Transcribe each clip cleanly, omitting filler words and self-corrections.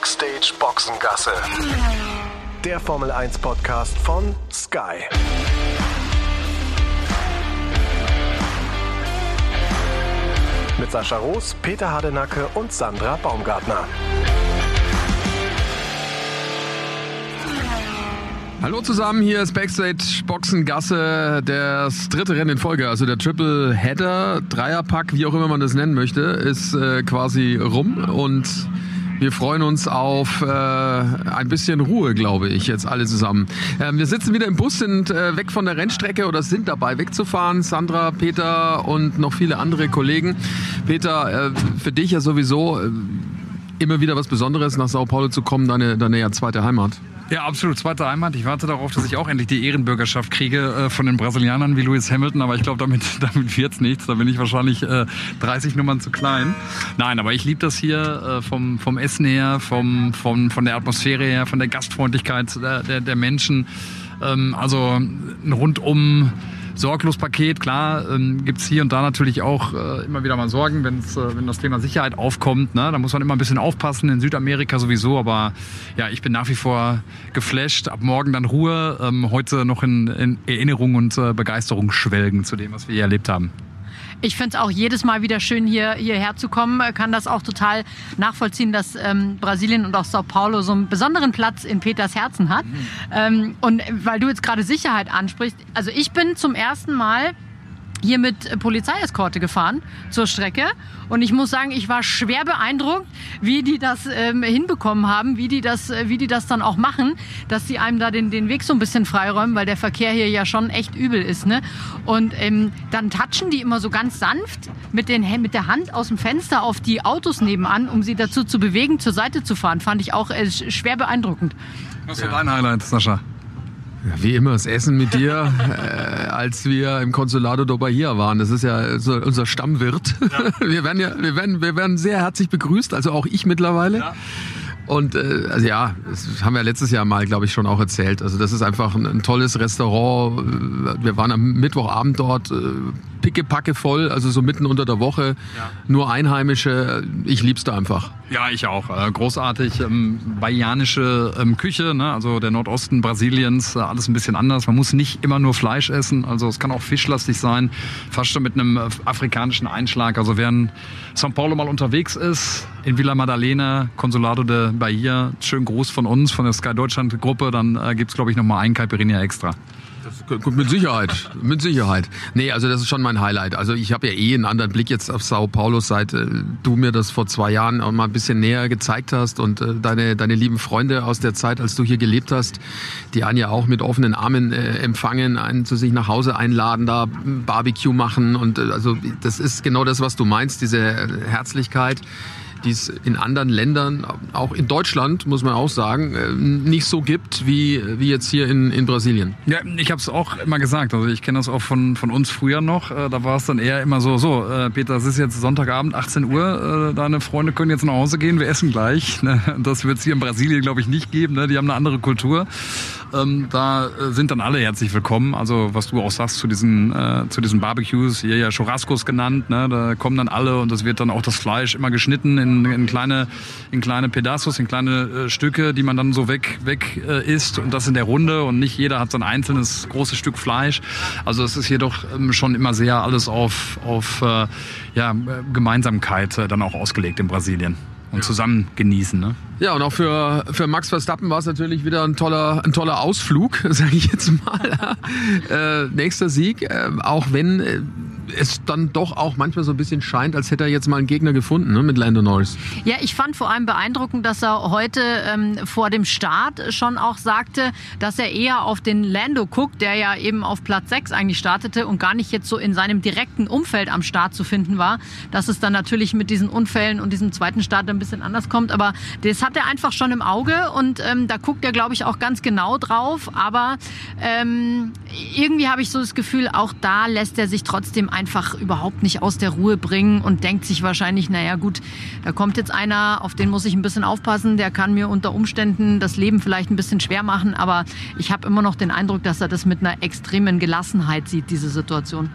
Backstage Boxengasse. Der Formel 1 Podcast von Sky. Mit Sascha Roos, Peter Hardenacke und Sandra Baumgartner. Hallo zusammen, hier ist Backstage Boxengasse, das dritte Rennen in Folge, also der Triple Header, Dreierpack, wie auch immer man das nennen möchte, ist quasi rum und wir freuen uns auf ein bisschen Ruhe, glaube ich, jetzt alle zusammen. Wir sitzen wieder im Bus, sind weg von der Rennstrecke oder sind dabei wegzufahren. Sandra, Peter und noch viele andere Kollegen. Peter, für dich ja sowieso immer wieder was Besonderes, nach Sao Paulo zu kommen, deine ja zweite Heimat. Ja, absolut. Zweite Heimat. Ich warte darauf, dass ich auch endlich die Ehrenbürgerschaft kriege von den Brasilianern wie Lewis Hamilton. Aber ich glaube, damit wird's nichts. Da bin ich wahrscheinlich 30 Nummern zu klein. Nein, aber ich liebe das hier vom Essen her, von der Atmosphäre her, von der Gastfreundlichkeit der Menschen. Also ein rundum sorglos Paket. Klar, gibt's hier und da natürlich auch immer wieder mal Sorgen, wenn das Thema Sicherheit aufkommt. Ne? Da muss man immer ein bisschen aufpassen, in Südamerika sowieso. Aber ja, ich bin nach wie vor geflasht. Ab morgen dann Ruhe. Heute noch in Erinnerung und Begeisterung schwelgen zu dem, was wir hier erlebt haben. Ich finde es auch jedes Mal wieder schön, hierher zu kommen. Kann das auch total nachvollziehen, dass Brasilien und auch Sao Paulo so einen besonderen Platz in Peters Herzen hat. Und weil du jetzt gerade Sicherheit ansprichst, also ich bin zum ersten Mal hier mit Polizeieskorte gefahren zur Strecke. Und ich muss sagen, ich war schwer beeindruckt, wie die das hinbekommen haben, wie die das dann auch machen, dass sie einem da den Weg so ein bisschen freiräumen, weil der Verkehr hier ja schon echt übel ist. Ne? Und dann touchen die immer so ganz sanft mit der Hand aus dem Fenster auf die Autos nebenan, um sie dazu zu bewegen, zur Seite zu fahren. Fand ich auch schwer beeindruckend. Was ist dein Highlight, Sascha? Ja, wie immer, das Essen mit dir, als wir im Consulado do Bahia waren. Das ist ja unser Stammwirt. Ja. Wir werden sehr herzlich begrüßt, also auch ich mittlerweile. Ja. Und also ja, das haben wir letztes Jahr mal, glaube ich, schon auch erzählt. Also das ist einfach ein tolles Restaurant. Wir waren am Mittwochabend dort, pickepacke voll, also so mitten unter der Woche. Ja. Nur Einheimische. Ich lieb's da einfach. Ja, ich auch. Großartig. Bahianische Küche, ne? Also der Nordosten Brasiliens, alles ein bisschen anders. Man muss nicht immer nur Fleisch essen. Also es kann auch fischlastig sein, fast schon mit einem afrikanischen Einschlag. Also wer in São Paulo mal unterwegs ist, in Vila Madalena, Consulado de Bahia, schönen Gruß von uns, von der Sky Deutschland Gruppe, dann gibt's, glaube ich, nochmal einen Caipirinha extra. Mit Sicherheit. Nee, also das ist schon mein Highlight. Also ich habe ja einen anderen Blick jetzt auf Sao Paulo, seit du mir das vor 2 Jahren auch mal ein bisschen näher gezeigt hast und deine lieben Freunde aus der Zeit, als du hier gelebt hast, die einen ja auch mit offenen Armen empfangen, einen zu sich nach Hause einladen, da Barbecue machen und also das ist genau das, was du meinst, diese Herzlichkeit, die es in anderen Ländern, auch in Deutschland, muss man auch sagen, nicht so gibt wie jetzt hier in Brasilien. Ja, ich habe es auch immer gesagt. Also ich kenne das auch von uns früher noch. Da war es dann eher immer so, Peter, es ist jetzt Sonntagabend, 18 Uhr, deine Freunde können jetzt nach Hause gehen, wir essen gleich. Das wird es hier in Brasilien, glaube ich, nicht geben. Die haben eine andere Kultur. Da sind dann alle herzlich willkommen. Also was du auch sagst zu diesen Barbecues, hier ja Churrascos genannt, ne? Da kommen dann alle und es wird dann auch das Fleisch immer geschnitten in kleine Pedazos, in kleine Stücke, die man dann so weg isst und das in der Runde und nicht jeder hat so ein einzelnes großes Stück Fleisch. Also es ist hier doch schon immer sehr alles auf Gemeinsamkeit dann auch ausgelegt in Brasilien. Und zusammen genießen, ne? Ja, und auch für Max Verstappen war es natürlich wieder ein toller Ausflug, sage ich jetzt mal. Nächster Sieg, auch wenn es dann doch auch manchmal so ein bisschen scheint, als hätte er jetzt mal einen Gegner gefunden, ne, mit Lando Norris. Ja, ich fand vor allem beeindruckend, dass er heute vor dem Start schon auch sagte, dass er eher auf den Lando guckt, der ja eben auf Platz 6 eigentlich startete und gar nicht jetzt so in seinem direkten Umfeld am Start zu finden war. Dass es dann natürlich mit diesen Unfällen und diesem zweiten Start ein bisschen anders kommt, aber das hat er einfach schon im Auge und da guckt er, glaube ich, auch ganz genau drauf, aber irgendwie habe ich so das Gefühl, auch da lässt er sich trotzdem einfach überhaupt nicht aus der Ruhe bringen und denkt sich wahrscheinlich, naja gut, da kommt jetzt einer, auf den muss ich ein bisschen aufpassen, der kann mir unter Umständen das Leben vielleicht ein bisschen schwer machen, aber ich habe immer noch den Eindruck, dass er das mit einer extremen Gelassenheit sieht, diese Situation.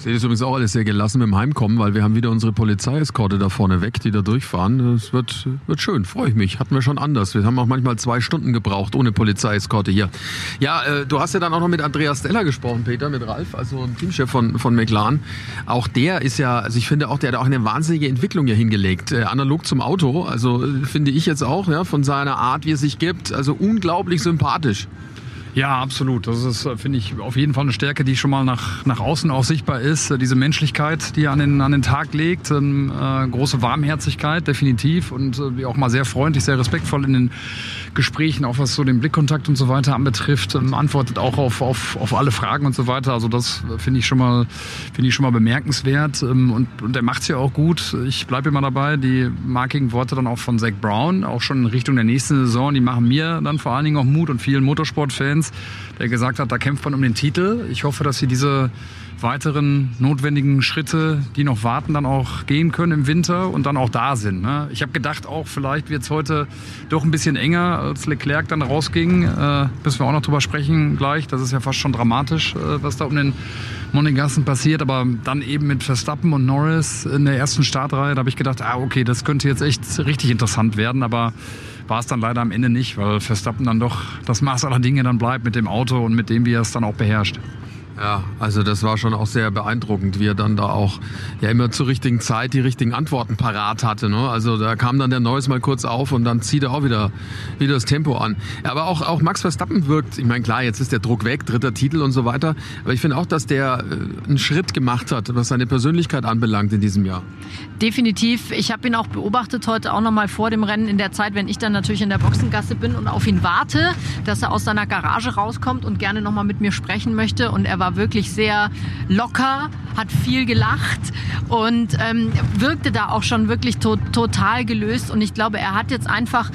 sehe das übrigens auch alles sehr gelassen mit dem Heimkommen, weil wir haben wieder unsere Polizeieskorte da vorne weg, die da durchfahren. Das wird schön, freue ich mich. Hatten wir schon anders. Wir haben auch manchmal 2 Stunden gebraucht ohne Polizeieskorte hier. Ja, du hast ja dann auch noch mit Andreas Steller gesprochen, Peter, mit Ralf, also dem Teamchef von McLaren. Auch der ist ja, also ich finde auch, der hat auch eine wahnsinnige Entwicklung hier hingelegt. Analog zum Auto, also finde ich jetzt auch, ja, von seiner Art, wie es sich gibt, also unglaublich sympathisch. Ja, absolut. Das ist, finde ich, auf jeden Fall eine Stärke, die schon mal nach außen auch sichtbar ist. Diese Menschlichkeit, die er an den Tag legt. Große Warmherzigkeit, definitiv. Und auch mal sehr freundlich, sehr respektvoll in den Gesprächen, auch was so den Blickkontakt und so weiter anbetrifft. Antwortet auch auf alle Fragen und so weiter. Also das finde ich schon mal bemerkenswert. Und er macht es ja auch gut. Ich bleibe immer dabei. Die markigen Worte dann auch von Zak Brown, auch schon in Richtung der nächsten Saison, die machen mir dann vor allen Dingen auch Mut und vielen Motorsportfans, der gesagt hat, da kämpft man um den Titel. Ich hoffe, dass sie diese weiteren notwendigen Schritte, die noch warten, dann auch gehen können im Winter und dann auch da sind. Ne? Ich habe gedacht, auch vielleicht wird es heute doch ein bisschen enger, als Leclerc dann rausging. Müssen wir auch noch drüber sprechen gleich. Das ist ja fast schon dramatisch, was da um den Monegassen passiert. Aber dann eben mit Verstappen und Norris in der ersten Startreihe, da habe ich gedacht, okay, das könnte jetzt echt richtig interessant werden. Aber war es dann leider am Ende nicht, weil Verstappen dann doch das Maß aller Dinge dann bleibt mit dem Auto und mit dem, wie er es dann auch beherrscht. Ja, also das war schon auch sehr beeindruckend, wie er dann da auch ja immer zur richtigen Zeit die richtigen Antworten parat hatte. Ne? Also da kam dann der Norris mal kurz auf und dann zieht er auch wieder das Tempo an. Ja, aber auch Max Verstappen wirkt, ich meine klar, jetzt ist der Druck weg, 3. Titel und so weiter, aber ich finde auch, dass der einen Schritt gemacht hat, was seine Persönlichkeit anbelangt in diesem Jahr. Definitiv. Ich habe ihn auch beobachtet heute auch nochmal vor dem Rennen in der Zeit, wenn ich dann natürlich in der Boxengasse bin und auf ihn warte, dass er aus seiner Garage rauskommt und gerne nochmal mit mir sprechen möchte. Und er war wirklich sehr locker, hat viel gelacht und wirkte da auch schon wirklich total gelöst. Und ich glaube, er hat jetzt einfach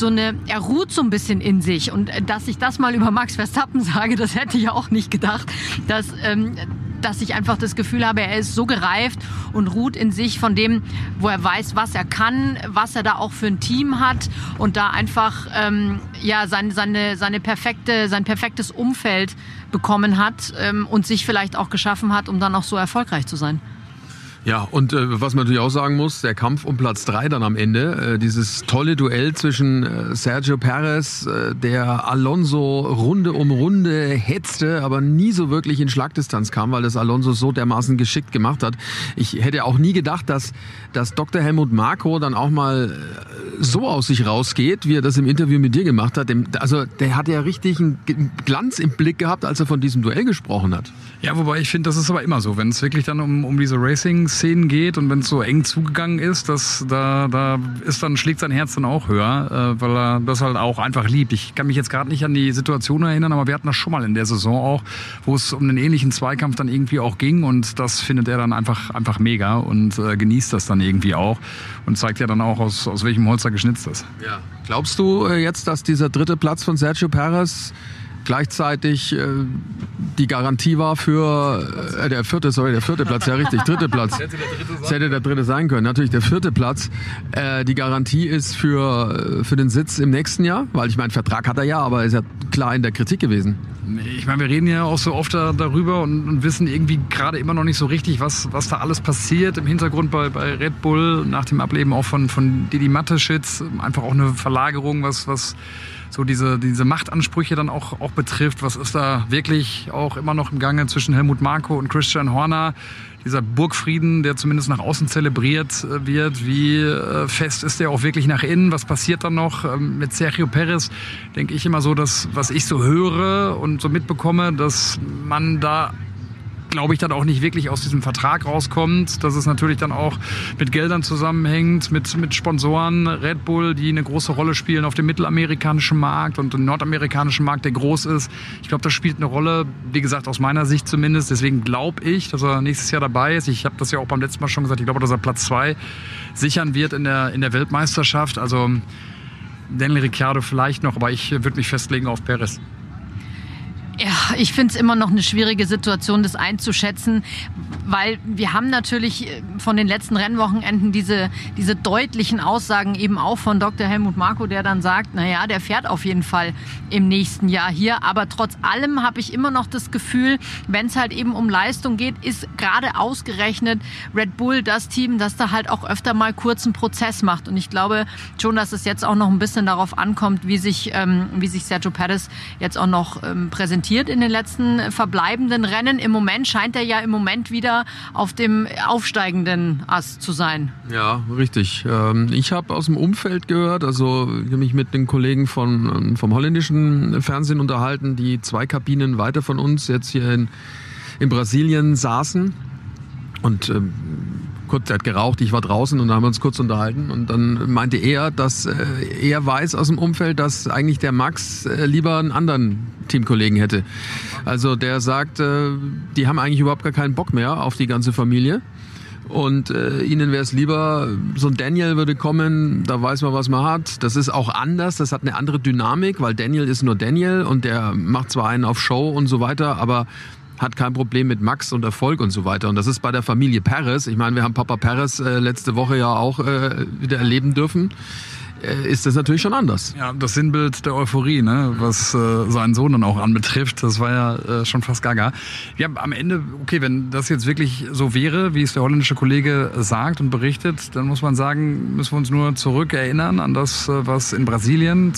er ruht so ein bisschen in sich. Und dass ich das mal über Max Verstappen sage, das hätte ich auch nicht gedacht, dass ich einfach das Gefühl habe, er ist so gereift und ruht in sich von dem, wo er weiß, was er kann, was er da auch für ein Team hat und da einfach sein perfektes Umfeld bekommen hat und sich vielleicht auch geschaffen hat, um dann auch so erfolgreich zu sein. Ja, und was man natürlich auch sagen muss, der Kampf um Platz 3 dann am Ende, dieses tolle Duell zwischen Sergio Perez, der Alonso Runde um Runde hetzte, aber nie so wirklich in Schlagdistanz kam, weil das Alonso so dermaßen geschickt gemacht hat. Ich hätte auch nie gedacht, dass Dr. Helmut Marko dann auch mal so aus sich rausgeht, wie er das im Interview mit dir gemacht hat. Also der hat ja richtig einen Glanz im Blick gehabt, als er von diesem Duell gesprochen hat. Ja, wobei ich finde, das ist aber immer so, wenn es wirklich dann um diese Racing-Szenen geht und wenn es so eng zugegangen ist, schlägt sein Herz dann auch höher, weil er das halt auch einfach liebt. Ich kann mich jetzt gerade nicht an die Situation erinnern, aber wir hatten das schon mal in der Saison auch, wo es um einen ähnlichen Zweikampf dann irgendwie auch ging und das findet er dann einfach mega und genießt das dann irgendwie auch und zeigt ja dann auch, aus welchem Holz er geschnitzt ist. Ja. Glaubst du jetzt, dass dieser 3. Platz von Sergio Perez gleichzeitig die Garantie war für der vierte Platz, ja richtig, 3. Platz. Das hätte der 3. sein können. Natürlich der 4. Platz. Die Garantie ist für den Sitz im nächsten Jahr, weil ich meine, Vertrag hat er ja, aber er ist ja klar in der Kritik gewesen. Ich meine, wir reden ja auch so oft darüber und wissen irgendwie gerade immer noch nicht so richtig, was da alles passiert im Hintergrund bei Red Bull nach dem Ableben auch von Didi Mateschitz. Einfach auch eine Verlagerung, was so diese Machtansprüche dann auch betrifft. Was ist da wirklich auch immer noch im Gange zwischen Helmut Marko und Christian Horner? Dieser Burgfrieden, der zumindest nach außen zelebriert wird. Wie fest ist der auch wirklich nach innen? Was passiert dann noch? Mit Sergio Perez denke ich immer so, dass, was ich so höre und so mitbekomme, dass man da, glaube ich, dann auch nicht wirklich aus diesem Vertrag rauskommt, dass es natürlich dann auch mit Geldern zusammenhängt, mit Sponsoren, Red Bull, die eine große Rolle spielen auf dem mittelamerikanischen Markt und dem nordamerikanischen Markt, der groß ist. Ich glaube, das spielt eine Rolle, wie gesagt, aus meiner Sicht zumindest. Deswegen glaube ich, dass er nächstes Jahr dabei ist. Ich habe das ja auch beim letzten Mal schon gesagt, ich glaube, dass er Platz 2 sichern wird in der Weltmeisterschaft. Also Daniel Ricciardo vielleicht noch, aber ich würde mich festlegen auf Perez. Ja, ich finde es immer noch eine schwierige Situation, das einzuschätzen, weil wir haben natürlich von den letzten Rennwochenenden diese deutlichen Aussagen eben auch von Dr. Helmut Marko, der dann sagt, naja, der fährt auf jeden Fall im nächsten Jahr hier. Aber trotz allem habe ich immer noch das Gefühl, wenn es halt eben um Leistung geht, ist gerade ausgerechnet Red Bull das Team, das da halt auch öfter mal kurzen Prozess macht. Und ich glaube schon, dass es jetzt auch noch ein bisschen darauf ankommt, wie sich Sergio Perez jetzt auch noch präsentiert in den letzten verbleibenden Rennen. Im Moment scheint er ja wieder auf dem aufsteigenden Ast zu sein. Ja, richtig. Ich habe aus dem Umfeld gehört, also ich habe mich mit den Kollegen vom holländischen Fernsehen unterhalten, die 2 Kabinen weiter von uns jetzt hier in Brasilien saßen. Und kurz, er hat geraucht, ich war draußen und da haben wir uns kurz unterhalten. Und dann meinte er, dass er weiß aus dem Umfeld, dass eigentlich der Max lieber einen anderen Teamkollegen hätte. Also der sagt, die haben eigentlich überhaupt gar keinen Bock mehr auf die ganze Familie. Und ihnen wäre es lieber, so ein Daniel würde kommen, da weiß man, was man hat. Das ist auch anders, das hat eine andere Dynamik, weil Daniel ist nur Daniel und der macht zwar einen auf Show und so weiter, aber hat kein Problem mit Max und Erfolg und so weiter. Und das ist bei der Familie Perez. Ich meine, wir haben Papa Perez letzte Woche ja auch wieder erleben dürfen. Ist das natürlich schon anders. Ja, das Sinnbild der Euphorie, ne, was seinen Sohn dann auch anbetrifft, das war ja schon fast gaga. Ja, am Ende, okay, wenn das jetzt wirklich so wäre, wie es der holländische Kollege sagt und berichtet, dann muss man sagen, müssen wir uns nur zurückerinnern an das, was in Brasilien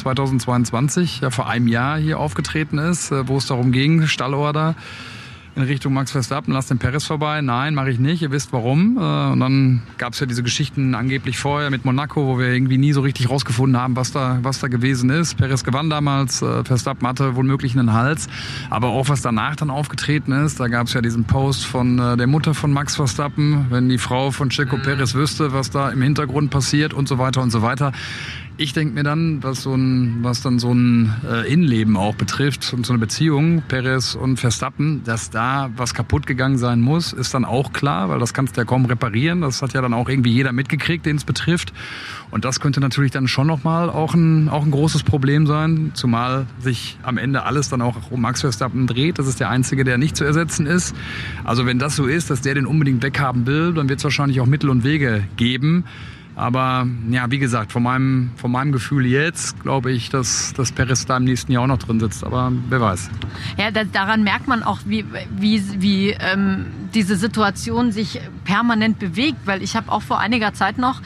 2022, ja vor einem Jahr hier aufgetreten ist, wo es darum ging, Stallorder in Richtung Max Verstappen, lass den Perez vorbei. Nein, mache ich nicht, ihr wisst warum. Und dann gab es ja diese Geschichten angeblich vorher mit Monaco, wo wir irgendwie nie so richtig rausgefunden haben, was da gewesen ist. Perez gewann damals, Verstappen hatte womöglich einen Hals. Aber auch was danach dann aufgetreten ist, da gab es ja diesen Post von der Mutter von Max Verstappen, wenn die Frau von Checo Perez wüsste, was da im Hintergrund passiert und so weiter und so weiter. Ich denke mir dann, was dann so ein Innenleben auch betrifft und so eine Beziehung, Perez und Verstappen, dass da was kaputt gegangen sein muss, ist dann auch klar, weil das kannst du ja kaum reparieren. Das hat ja dann auch irgendwie jeder mitgekriegt, den es betrifft. Und das könnte natürlich dann schon nochmal auch ein großes Problem sein, zumal sich am Ende alles dann auch um Max Verstappen dreht. Das ist der Einzige, der nicht zu ersetzen ist. Also wenn das so ist, dass der den unbedingt weghaben will, dann wird es wahrscheinlich auch Mittel und Wege geben. Aber ja, wie gesagt, von meinem Gefühl jetzt glaube ich, dass Perez da im nächsten Jahr auch noch drin sitzt. Aber wer weiß. Ja, daran merkt man auch, wie diese Situation sich permanent bewegt. Weil ich habe auch vor einiger Zeit noch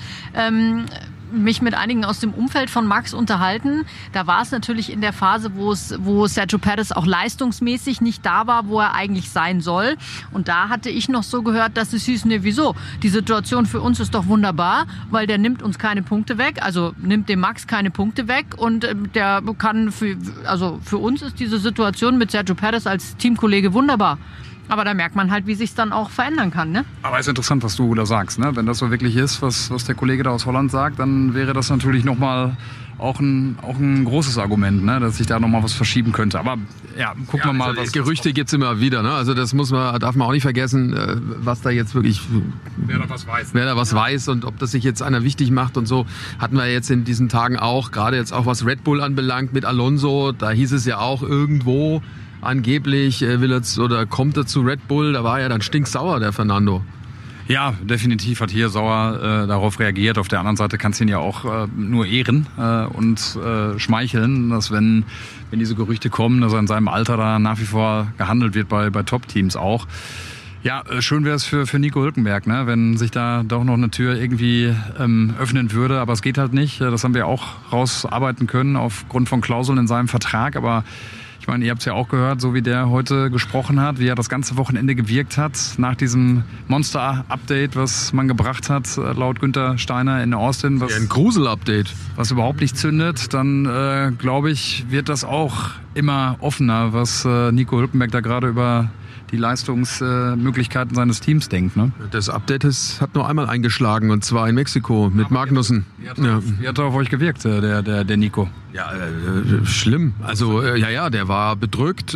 mich mit einigen aus dem Umfeld von Max unterhalten. Da war es natürlich in der Phase, wo Sergio Perez auch leistungsmäßig nicht da war, wo er eigentlich sein soll. Und da hatte ich noch so gehört, dass es hieß, ne, wieso? Die Situation für uns ist doch wunderbar, weil der nimmt uns keine Punkte weg, also nimmt dem Max keine Punkte weg und der kann für uns ist diese Situation mit Sergio Perez als Teamkollege wunderbar. Aber da merkt man halt, wie sich es dann auch verändern kann, ne? Aber es ist interessant, was du da sagst, ne? Wenn das so wirklich ist, was der Kollege da aus Holland sagt, dann wäre das natürlich nochmal auch ein großes Argument, ne? Dass sich da nochmal was verschieben könnte. Aber ja, gucken wir mal. Also was Gerüchte gibt's immer wieder, ne? Also das darf man auch nicht vergessen, was da jetzt wirklich, wer da was weiß und ob das sich jetzt einer wichtig macht und so. Hatten wir jetzt in diesen Tagen auch, gerade jetzt auch was Red Bull anbelangt mit Alonso, da hieß es ja auch irgendwo, angeblich kommt er zu Red Bull, da war ja dann stinksauer, der Fernando. Ja, definitiv hat hier sauer darauf reagiert. Auf der anderen Seite kannst du ihn ja auch nur ehren und schmeicheln, dass wenn diese Gerüchte kommen, dass er in seinem Alter da nach wie vor gehandelt wird bei Top-Teams auch. Ja, schön wäre es für Nico Hülkenberg, ne? Wenn sich da doch noch eine Tür irgendwie öffnen würde, aber es geht halt nicht. Das haben wir auch rausarbeiten können aufgrund von Klauseln in seinem Vertrag, aber ich meine, ihr habt es ja auch gehört, so wie der heute gesprochen hat, wie er das ganze Wochenende gewirkt hat, nach diesem Monster-Update, was man gebracht hat, laut Günther Steiner in Austin. Ein Grusel-Update. Was überhaupt nicht zündet, dann glaube ich, wird das auch immer offener, was Nico Hülkenberg da gerade über die Leistungsmöglichkeiten seines Teams denkt. Ne? Das Update hat nur einmal eingeschlagen, und zwar in Mexiko mit Magnussen. Wie hat er auf euch gewirkt, der Nico? Ja, schlimm. Also der war bedrückt,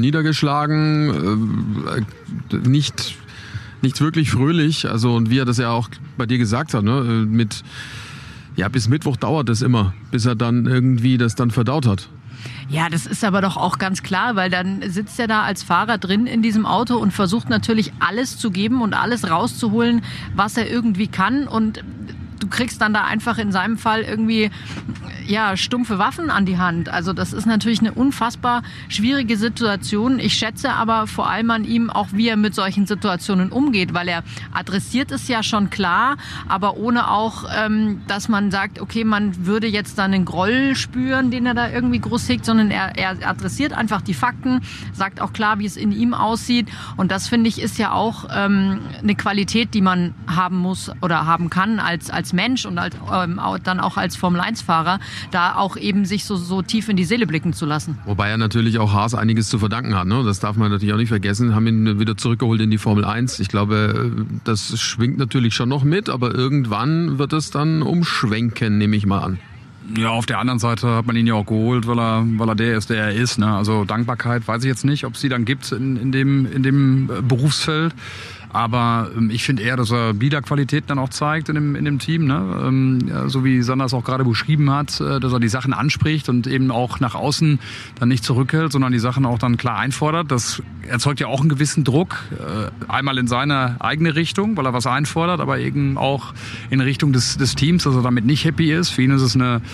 niedergeschlagen, nicht wirklich fröhlich. Also, und wie er das ja auch bei dir gesagt hat, ne, bis Mittwoch dauert es immer, bis er dann irgendwie das dann verdaut hat. Ja, das ist aber doch auch ganz klar, weil dann sitzt er da als Fahrer drin in diesem Auto und versucht natürlich alles zu geben und alles rauszuholen, was er irgendwie kann, und du kriegst dann da einfach in seinem Fall irgendwie stumpfe Waffen an die Hand. Also das ist natürlich eine unfassbar schwierige Situation. Ich schätze aber vor allem an ihm auch, wie er mit solchen Situationen umgeht, weil er adressiert es ja schon klar, aber ohne auch, dass man sagt, okay, man würde jetzt dann einen Groll spüren, den er da irgendwie groß hegt, sondern er adressiert einfach die Fakten, sagt auch klar, wie es in ihm aussieht, und das, finde ich, ist ja auch eine Qualität, die man haben muss oder haben kann als Mensch und dann auch als Formel-1-Fahrer, da auch eben sich so tief in die Seele blicken zu lassen. Wobei er natürlich auch Haas einiges zu verdanken hat, ne? Das darf man natürlich auch nicht vergessen. Haben ihn wieder zurückgeholt in die Formel 1. Ich glaube, das schwingt natürlich schon noch mit, aber irgendwann wird es dann umschwenken, nehme ich mal an. Ja, auf der anderen Seite hat man ihn ja auch geholt, weil er der ist, der er ist. Ne? Also Dankbarkeit weiß ich jetzt nicht, ob es die dann gibt in dem Berufsfeld. Aber ich finde eher, dass er Leaderqualitäten dann auch zeigt in dem Team. Ne? So wie Sander es auch gerade beschrieben hat, dass er die Sachen anspricht und eben auch nach außen dann nicht zurückhält, sondern die Sachen auch dann klar einfordert. Das erzeugt ja auch einen gewissen Druck. Einmal in seine eigene Richtung, weil er was einfordert, aber eben auch in Richtung des Teams, dass er damit nicht happy ist. Für ihn ist es eine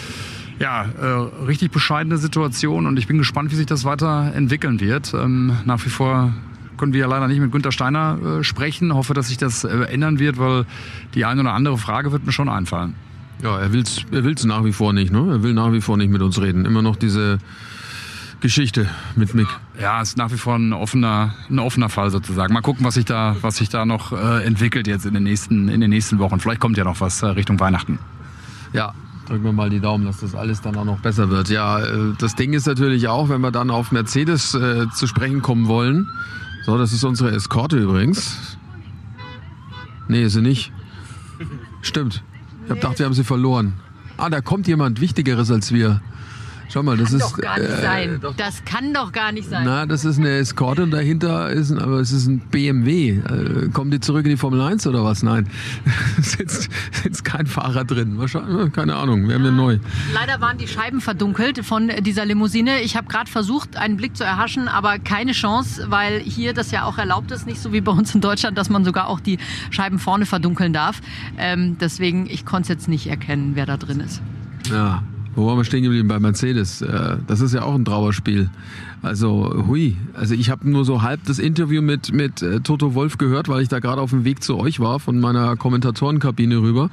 richtig bescheidene Situation, und ich bin gespannt, wie sich das weiterentwickeln wird. Nach wie vor können wir ja leider nicht mit Günther Steiner sprechen. Hoffe, dass sich das ändern wird, weil die eine oder andere Frage wird mir schon einfallen. Ja, er will's nach wie vor nicht, ne? Er will nach wie vor nicht mit uns reden. Immer noch diese Geschichte mit Mick. Ja, ist nach wie vor ein offener Fall sozusagen. Mal gucken, was sich da noch entwickelt jetzt in den nächsten Wochen. Vielleicht kommt ja noch was Richtung Weihnachten. Ja, drücken wir mal die Daumen, dass das alles dann auch noch besser wird. Ja, das Ding ist natürlich auch, wenn wir dann auf Mercedes zu sprechen kommen wollen. So, das ist unsere Eskorte übrigens. Nee, ist sie nicht. Stimmt. Ich hab gedacht, wir haben sie verloren. Ah, da kommt jemand Wichtigeres als wir. Schau mal, das ist... Kann doch gar nicht sein. Das kann doch gar nicht sein. Na, das ist eine Eskorte und dahinter ist ein BMW. Kommen die zurück in die Formel 1 oder was? Nein. Sitzt kein Fahrer drin. Wahrscheinlich, keine Ahnung, wir haben ja neu. Leider waren die Scheiben verdunkelt von dieser Limousine. Ich habe gerade versucht, einen Blick zu erhaschen, aber keine Chance, weil hier das ja auch erlaubt ist, nicht so wie bei uns in Deutschland, dass man sogar auch die Scheiben vorne verdunkeln darf. Deswegen, ich konnte es jetzt nicht erkennen, wer da drin ist. Ja. Wo waren wir stehen geblieben? Bei Mercedes. Das ist ja auch ein Trauerspiel. Also, hui. Also ich habe nur so halb das Interview mit Toto Wolff gehört, weil ich da gerade auf dem Weg zu euch war, von meiner Kommentatorenkabine rüber.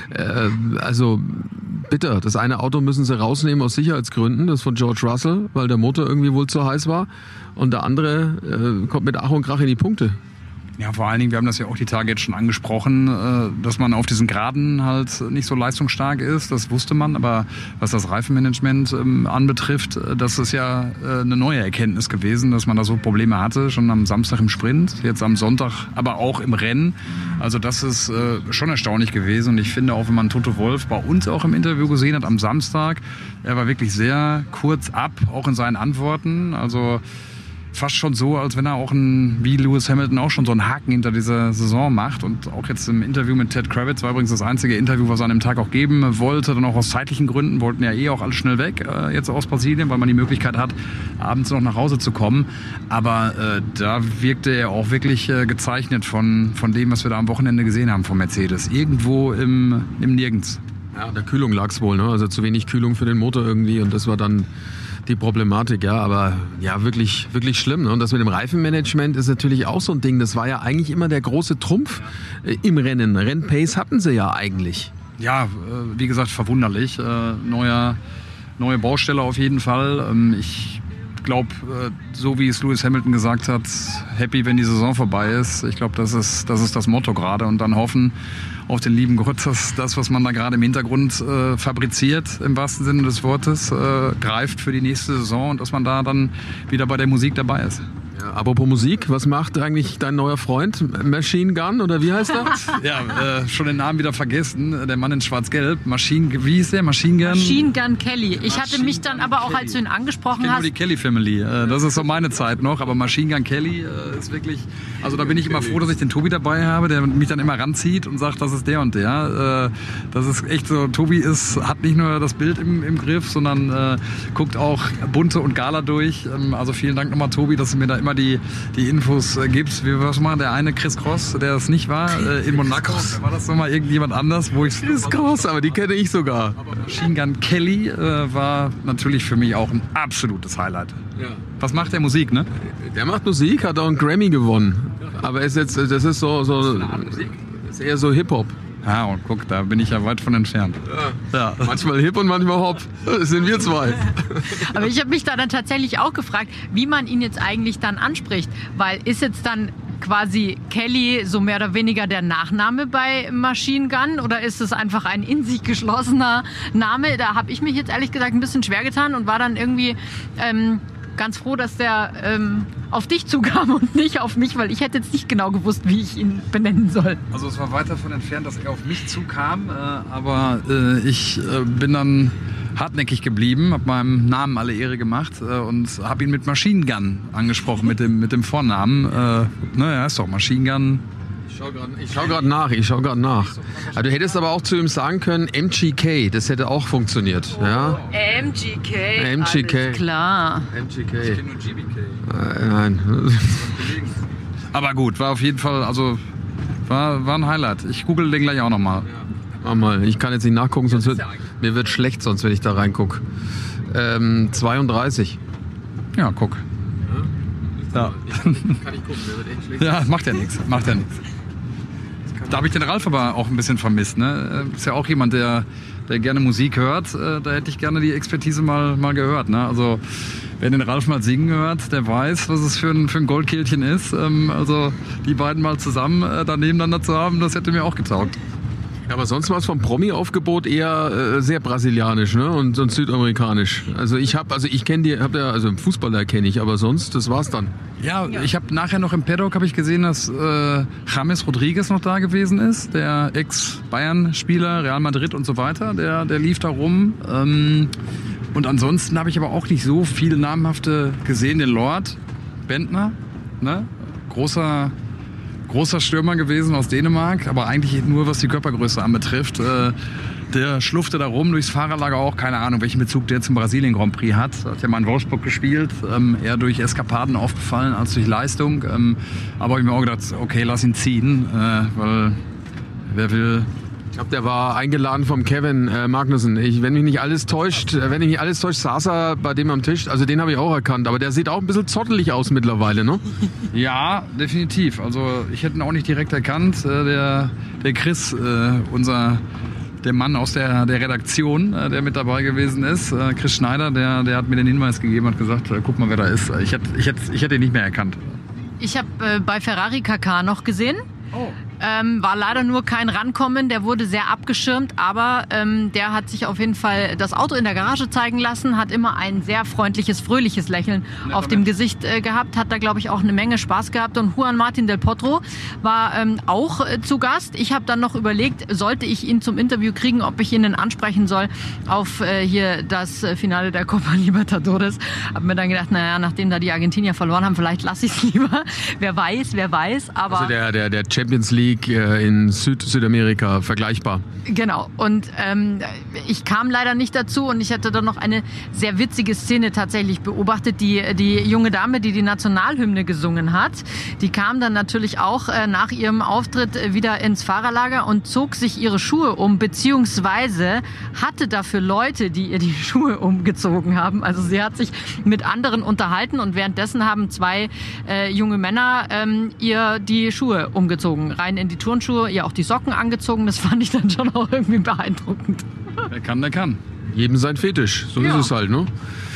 Also bitter. Das eine Auto müssen sie rausnehmen aus Sicherheitsgründen, das von George Russell, weil der Motor irgendwie wohl zu heiß war. Und der andere kommt mit Ach und Krach in die Punkte. Ja, vor allen Dingen, wir haben das ja auch die Tage jetzt schon angesprochen, dass man auf diesen Geraden halt nicht so leistungsstark ist. Das wusste man, aber was das Reifenmanagement anbetrifft, das ist ja eine neue Erkenntnis gewesen, dass man da so Probleme hatte, schon am Samstag im Sprint, jetzt am Sonntag, aber auch im Rennen. Also das ist schon erstaunlich gewesen, und ich finde auch, wenn man Toto Wolff bei uns auch im Interview gesehen hat am Samstag, er war wirklich sehr kurz ab, auch in seinen Antworten, also fast schon so, als wenn er auch wie Lewis Hamilton auch schon so einen Haken hinter dieser Saison macht. Und auch jetzt im Interview mit Ted Kravitz war übrigens das einzige Interview, was er an dem Tag auch geben wollte. Dann auch aus zeitlichen Gründen, wollten ja auch alle schnell weg, jetzt aus Brasilien, weil man die Möglichkeit hat, abends noch nach Hause zu kommen. Aber da wirkte er auch wirklich gezeichnet von dem, was wir da am Wochenende gesehen haben von Mercedes. Irgendwo im Nirgends. Ja, an der Kühlung lag's wohl, ne? Also zu wenig Kühlung für den Motor irgendwie, und das war dann die Problematik, ja, aber ja, wirklich, wirklich schlimm. Ne? Und das mit dem Reifenmanagement ist natürlich auch so ein Ding. Das war ja eigentlich immer der große Trumpf im Rennen. Rennpace hatten sie ja eigentlich. Ja, wie gesagt, verwunderlich. Neue Baustelle auf jeden Fall. Ich glaube, so wie es Lewis Hamilton gesagt hat, happy, wenn die Saison vorbei ist. Ich glaube, das ist das Motto gerade. Und dann hoffen auf den lieben Gott, dass das, was man da gerade im Hintergrund fabriziert, im wahrsten Sinne des Wortes, greift für die nächste Saison, und dass man da dann wieder bei der Musik dabei ist. Ja, apropos Musik, was macht eigentlich dein neuer Freund? Machine Gun oder wie heißt er? Ja, schon den Namen wieder vergessen. Der Mann in Schwarz-Gelb. Wie hieß der? Machine Gun? Machine Gun Kelly. Ich hatte mich dann aber auch, als du ihn angesprochen Ich kenne hast... nur die Kelly Family. Das ist so meine Zeit noch. Aber Machine Gun Kelly ist wirklich... Also da bin ich immer froh, dass ich den Tobi dabei habe, der mich dann immer ranzieht und sagt, das ist der und der. Das ist echt so, Tobi hat nicht nur das Bild im Griff, sondern guckt auch Bunte und Gala durch. Also vielen Dank nochmal, Tobi, dass du mir da immer die Infos gibst. Wie war schon mal der eine Chris Cross, der es nicht war, in Monaco? War das nochmal irgendjemand anders? Chris Cross, aber die kenne ich sogar. Aber Machine Gun Kelly war natürlich für mich auch ein absolutes Highlight. Ja. Was macht der Musik, ne? Der macht Musik, hat auch einen Grammy gewonnen. Aber das ist eher so Hip-Hop. Ja, und guck, da bin ich ja weit von entfernt. Ja. Manchmal Hip und manchmal Hop. Das sind wir zwei. Aber ich habe mich da dann tatsächlich auch gefragt, wie man ihn jetzt eigentlich dann anspricht. Weil ist jetzt dann quasi Kelly so mehr oder weniger der Nachname bei Machine Gun oder ist es einfach ein in sich geschlossener Name? Da habe ich mich jetzt ehrlich gesagt ein bisschen schwer getan und war dann irgendwie ganz froh, dass der auf dich zukam und nicht auf mich, weil ich hätte jetzt nicht genau gewusst, wie ich ihn benennen soll. Also es war weit davon entfernt, dass er auf mich zukam, aber ich bin dann hartnäckig geblieben, habe meinem Namen alle Ehre gemacht und habe ihn mit Machine Gun angesprochen, mit dem Vornamen. Er ist doch Machine Gun. Ich schau gerade nach. Also, du hättest aber auch zu ihm sagen können, MGK, das hätte auch funktioniert. Ja? MGK, alles klar. MGK. Ich kenne nur GBK. Nein. Aber gut, war auf jeden Fall, also war ein Highlight. Ich google den gleich auch nochmal. Mach mal, ich kann jetzt nicht nachgucken, sonst mir wird schlecht, sonst wenn ich da reingucke. 32. Ja, guck. Ja. Kann ich gucken, der wird echt schlecht. Ja, macht ja nichts. Da habe ich den Ralf aber auch ein bisschen vermisst. Ne? Ist ja auch jemand, der gerne Musik hört. Da hätte ich gerne die Expertise mal gehört. Ne? Also wer den Ralf mal singen hört, der weiß, was es für ein Goldkehlchen ist. Also die beiden mal zusammen da nebeneinander zu haben, das hätte mir auch getaugt. Ja, aber sonst war es vom Promi-Aufgebot eher sehr brasilianisch, ne? und südamerikanisch. Also also Fußballer kenne ich, aber sonst, das war's dann. Ja, ich habe nachher noch im Paddock gesehen, dass James Rodriguez noch da gewesen ist, der Ex-Bayern-Spieler, Real Madrid und so weiter, der lief da rum. Und ansonsten habe ich aber auch nicht so viele namhafte gesehen. Den Lord Bentner, ne? Großer Stürmer gewesen aus Dänemark, aber eigentlich nur, was die Körpergröße anbetrifft. Der schlufte da rum durchs Fahrerlager auch, keine Ahnung, welchen Bezug der zum Brasilien Grand Prix hat. Hat ja mal in Wolfsburg gespielt, eher durch Eskapaden aufgefallen als durch Leistung. Aber ich habe mir auch gedacht, okay, lass ihn ziehen, weil wer will... Ich glaube, der war eingeladen vom Kevin Magnussen. Wenn mich nicht alles täuscht, saß er bei dem am Tisch. Also den habe ich auch erkannt. Aber der sieht auch ein bisschen zottelig aus mittlerweile, ne? Ja, definitiv. Also ich hätte ihn auch nicht direkt erkannt. Der Chris, der Mann aus der Redaktion, der mit dabei gewesen ist, Chris Schneider, der hat mir den Hinweis gegeben, hat gesagt, guck mal, wer da ist. Ich hätte ihn nicht mehr erkannt. Ich habe bei Ferrari KK noch gesehen. Oh. War leider nur kein Rankommen, der wurde sehr abgeschirmt, aber der hat sich auf jeden Fall das Auto in der Garage zeigen lassen, hat immer ein sehr freundliches, fröhliches Lächeln auf dem Gesicht gehabt, hat da glaube ich auch eine Menge Spaß gehabt und Juan Martin del Potro war auch zu Gast. Ich habe dann noch überlegt, sollte ich ihn zum Interview kriegen, ob ich ihn ansprechen soll auf hier das Finale der Copa Libertadores. Hab mir dann gedacht, naja, nachdem da die Argentinier verloren haben, vielleicht lasse ich es lieber. Wer weiß, aber... Also der Champions League in Südamerika vergleichbar. Genau. Und ich kam leider nicht dazu und ich hatte dann noch eine sehr witzige Szene tatsächlich beobachtet. Die junge Dame, die Nationalhymne gesungen hat, die kam dann natürlich auch nach ihrem Auftritt wieder ins Fahrerlager und zog sich ihre Schuhe um, beziehungsweise hatte dafür Leute, die ihr die Schuhe umgezogen haben. Also sie hat sich mit anderen unterhalten und währenddessen haben zwei junge Männer ihr die Schuhe umgezogen, rein in die Turnschuhe, ihr auch die Socken angezogen. Das fand ich dann schon auch irgendwie beeindruckend. Wer kann, der kann. Jedem sein Fetisch, so ist es halt, ne?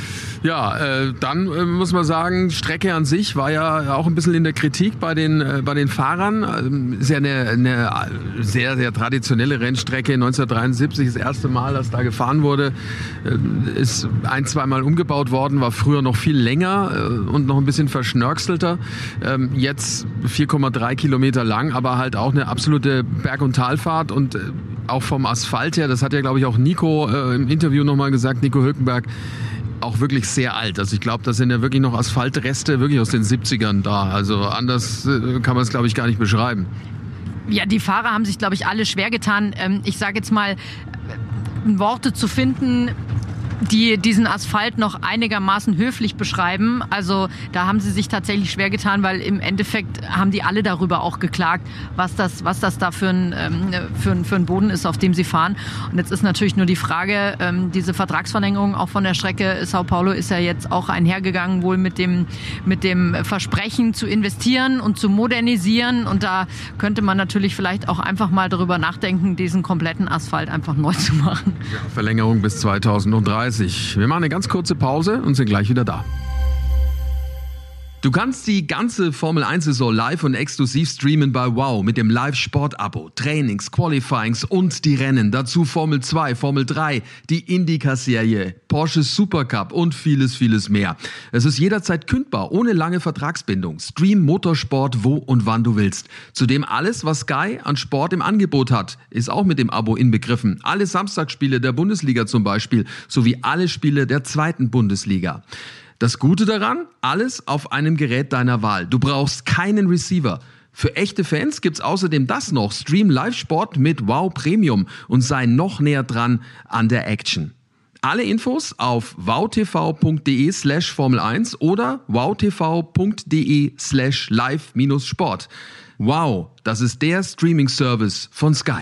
Ja, dann muss man sagen, Strecke an sich war ja auch ein bisschen in der Kritik bei den Fahrern. Ist ja eine sehr, sehr traditionelle Rennstrecke. 1973 das erste Mal, dass da gefahren wurde. Ist 1-2 Mal umgebaut worden, war früher noch viel länger und noch ein bisschen verschnörkelter. Jetzt 4,3 Kilometer lang, aber halt auch eine absolute Berg- und Talfahrt und auch vom Asphalt her, das hat ja glaube ich auch Nico im Interview nochmal gesagt, Nico Hülkenberg, auch wirklich sehr alt. Also ich glaube, das sind ja wirklich noch Asphaltreste wirklich aus den 70ern da. Also anders kann man es, glaube ich, gar nicht beschreiben. Ja, die Fahrer haben sich, glaube ich, alle schwer getan. Ich sage jetzt mal, Worte zu finden, die diesen Asphalt noch einigermaßen höflich beschreiben. Also da haben sie sich tatsächlich schwer getan, weil im Endeffekt haben die alle darüber auch geklagt, was das da für ein Boden ist, auf dem sie fahren. Und jetzt ist natürlich nur die Frage, diese Vertragsverlängerung auch von der Strecke Sao Paulo ist ja jetzt auch einhergegangen, wohl mit dem Versprechen zu investieren und zu modernisieren. Und da könnte man natürlich vielleicht auch einfach mal darüber nachdenken, diesen kompletten Asphalt einfach neu zu machen. Ja, Verlängerung bis 2030. Wir machen eine ganz kurze Pause und sind gleich wieder da. Du kannst die ganze Formel-1-Saison live und exklusiv streamen bei WOW mit dem Live-Sport-Abo. Trainings, Qualifyings und die Rennen. Dazu Formel 2, Formel 3, die IndyCar-Serie, Porsche Supercup und vieles, vieles mehr. Es ist jederzeit kündbar, ohne lange Vertragsbindung. Stream Motorsport, wo und wann du willst. Zudem alles, was Sky an Sport im Angebot hat, ist auch mit dem Abo inbegriffen. Alle Samstagsspiele der Bundesliga zum Beispiel, sowie alle Spiele der 2. Bundesliga. Das Gute daran, alles auf einem Gerät deiner Wahl. Du brauchst keinen Receiver. Für echte Fans gibt's außerdem das noch. Stream Live-Sport mit WOW Premium und sei noch näher dran an der Action. Alle Infos auf wowtv.de/Formel1 oder wowtv.de/live-sport. Wow, das ist der Streaming-Service von Sky.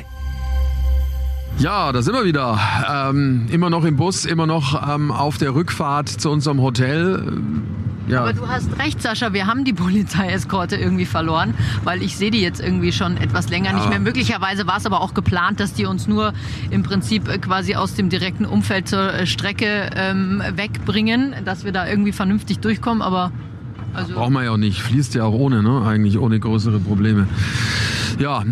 Ja, da sind wir wieder. Immer noch im Bus, immer noch auf der Rückfahrt zu unserem Hotel. Ja. Aber du hast recht, Sascha, wir haben die Polizeieskorte irgendwie verloren, weil ich sehe die jetzt irgendwie schon etwas länger nicht mehr. Möglicherweise war es aber auch geplant, dass die uns nur im Prinzip quasi aus dem direkten Umfeld zur Strecke wegbringen, dass wir da irgendwie vernünftig durchkommen, aber... Also braucht man ja auch nicht, fließt ja auch ohne, ne? Eigentlich ohne größere Probleme. Ja,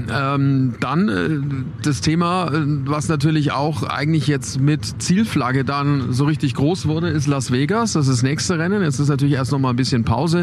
dann das Thema, was natürlich auch eigentlich jetzt mit Zielflagge dann so richtig groß wurde, ist Las Vegas. Das ist das nächste Rennen. Jetzt ist natürlich erst noch mal ein bisschen Pause.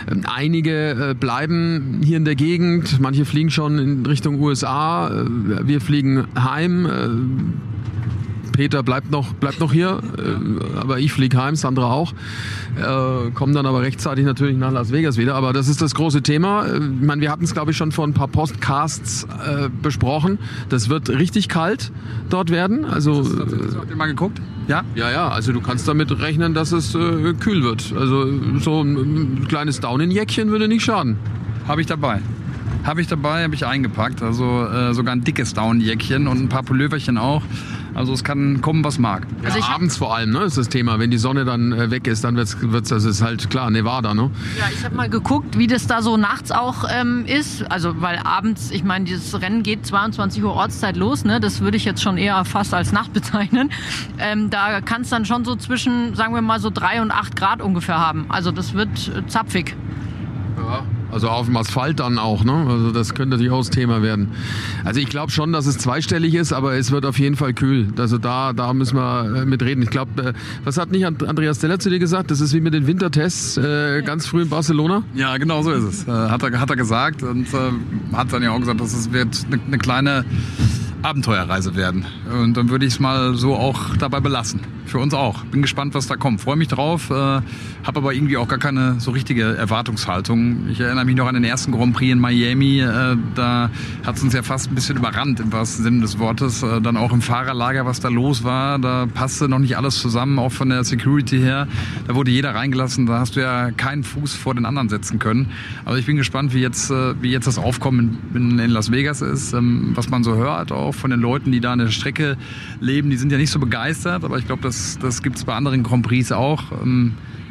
Einige bleiben hier in der Gegend. Manche fliegen schon in Richtung USA. Wir fliegen heim. Peter bleibt noch hier, aber ich fliege heim, Sandra auch. Kommen dann aber rechtzeitig natürlich nach Las Vegas wieder. Aber das ist das große Thema. Ich meine, wir hatten es, glaube ich, schon vor ein paar Podcasts besprochen. Das wird richtig kalt dort werden. Also, habt ihr mal geguckt? Ja? Ja. Also du kannst damit rechnen, dass es kühl wird. Also so ein kleines Daunenjäckchen würde nicht schaden. Habe ich dabei, habe ich eingepackt. Also sogar ein dickes Daunenjäckchen und ein paar Pulloverchen auch. Also es kann kommen, was mag. Also abends vor allem, ne, ist das Thema. Wenn die Sonne dann weg ist, dann wird's, das ist halt klar, Nevada, ne? Ja, ich habe mal geguckt, wie das da so nachts auch ist. Also weil abends, ich meine, dieses Rennen geht 22 Uhr Ortszeit los, ne? Das würde ich jetzt schon eher fast als Nacht bezeichnen. Da kann es dann schon so zwischen, sagen wir mal, so 3 und 8 Grad ungefähr haben. Also das wird zapfig. Ja. Also auf dem Asphalt dann auch, ne? Also das könnte natürlich auch das Thema werden. Also ich glaube schon, dass es zweistellig ist, aber es wird auf jeden Fall kühl. Also da müssen wir mit reden. Ich glaube, was hat nicht Andreas Steller zu dir gesagt? Das ist wie mit den Wintertests ganz früh in Barcelona? Ja, genau so ist es. Hat er gesagt und hat dann ja auch gesagt, dass es wird eine kleine Abenteuerreise werden. Und dann würde ich es mal so auch dabei belassen. Für uns auch. Bin gespannt, was da kommt. Freue mich drauf, habe aber irgendwie auch gar keine so richtige Erwartungshaltung. Ich erinnere mich noch an den ersten Grand Prix in Miami. Da hat es uns ja fast ein bisschen überrannt, im wahrsten Sinne des Wortes. Dann auch im Fahrerlager, was da los war. Da passte noch nicht alles zusammen, auch von der Security her. Da wurde jeder reingelassen. Da hast du ja keinen Fuß vor den anderen setzen können. Also ich bin gespannt, wie jetzt das Aufkommen in Las Vegas ist. Was man so hört, auch von den Leuten, die da an der Strecke leben. Die sind ja nicht so begeistert, aber ich glaube, das gibt es bei anderen Grand Prix auch.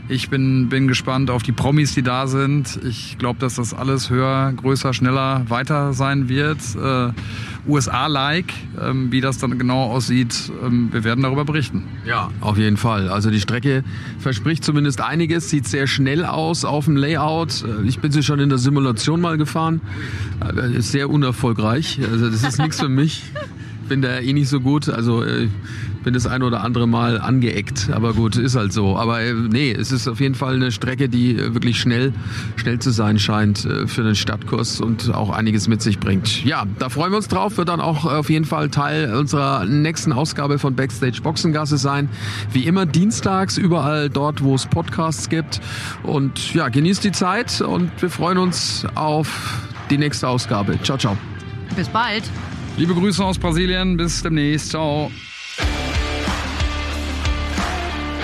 Ich bin gespannt auf die Promis, die da sind. Ich glaube, dass das alles höher, größer, schneller, weiter sein wird. USA-like, wie das dann genau aussieht, wir werden darüber berichten. Ja, auf jeden Fall. Also die Strecke verspricht zumindest einiges, sieht sehr schnell aus auf dem Layout. Ich bin sie schon in der Simulation mal gefahren. Ist sehr unerfolgreich. Also das ist nichts für mich. Bin da eh nicht so gut. Also bin das ein oder andere Mal angeeckt. Aber gut, ist halt so. Aber nee, es ist auf jeden Fall eine Strecke, die wirklich schnell zu sein scheint für den Stadtkurs und auch einiges mit sich bringt. Ja, da freuen wir uns drauf. Wird dann auch auf jeden Fall Teil unserer nächsten Ausgabe von Backstage Boxengasse sein. Wie immer dienstags, überall dort, wo es Podcasts gibt. Und ja, genießt die Zeit und wir freuen uns auf die nächste Ausgabe. Ciao, ciao. Bis bald. Liebe Grüße aus Brasilien, bis demnächst. Ciao.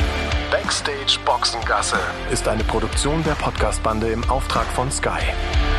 Backstage Boxengasse ist eine Produktion der Podcastbande im Auftrag von Sky.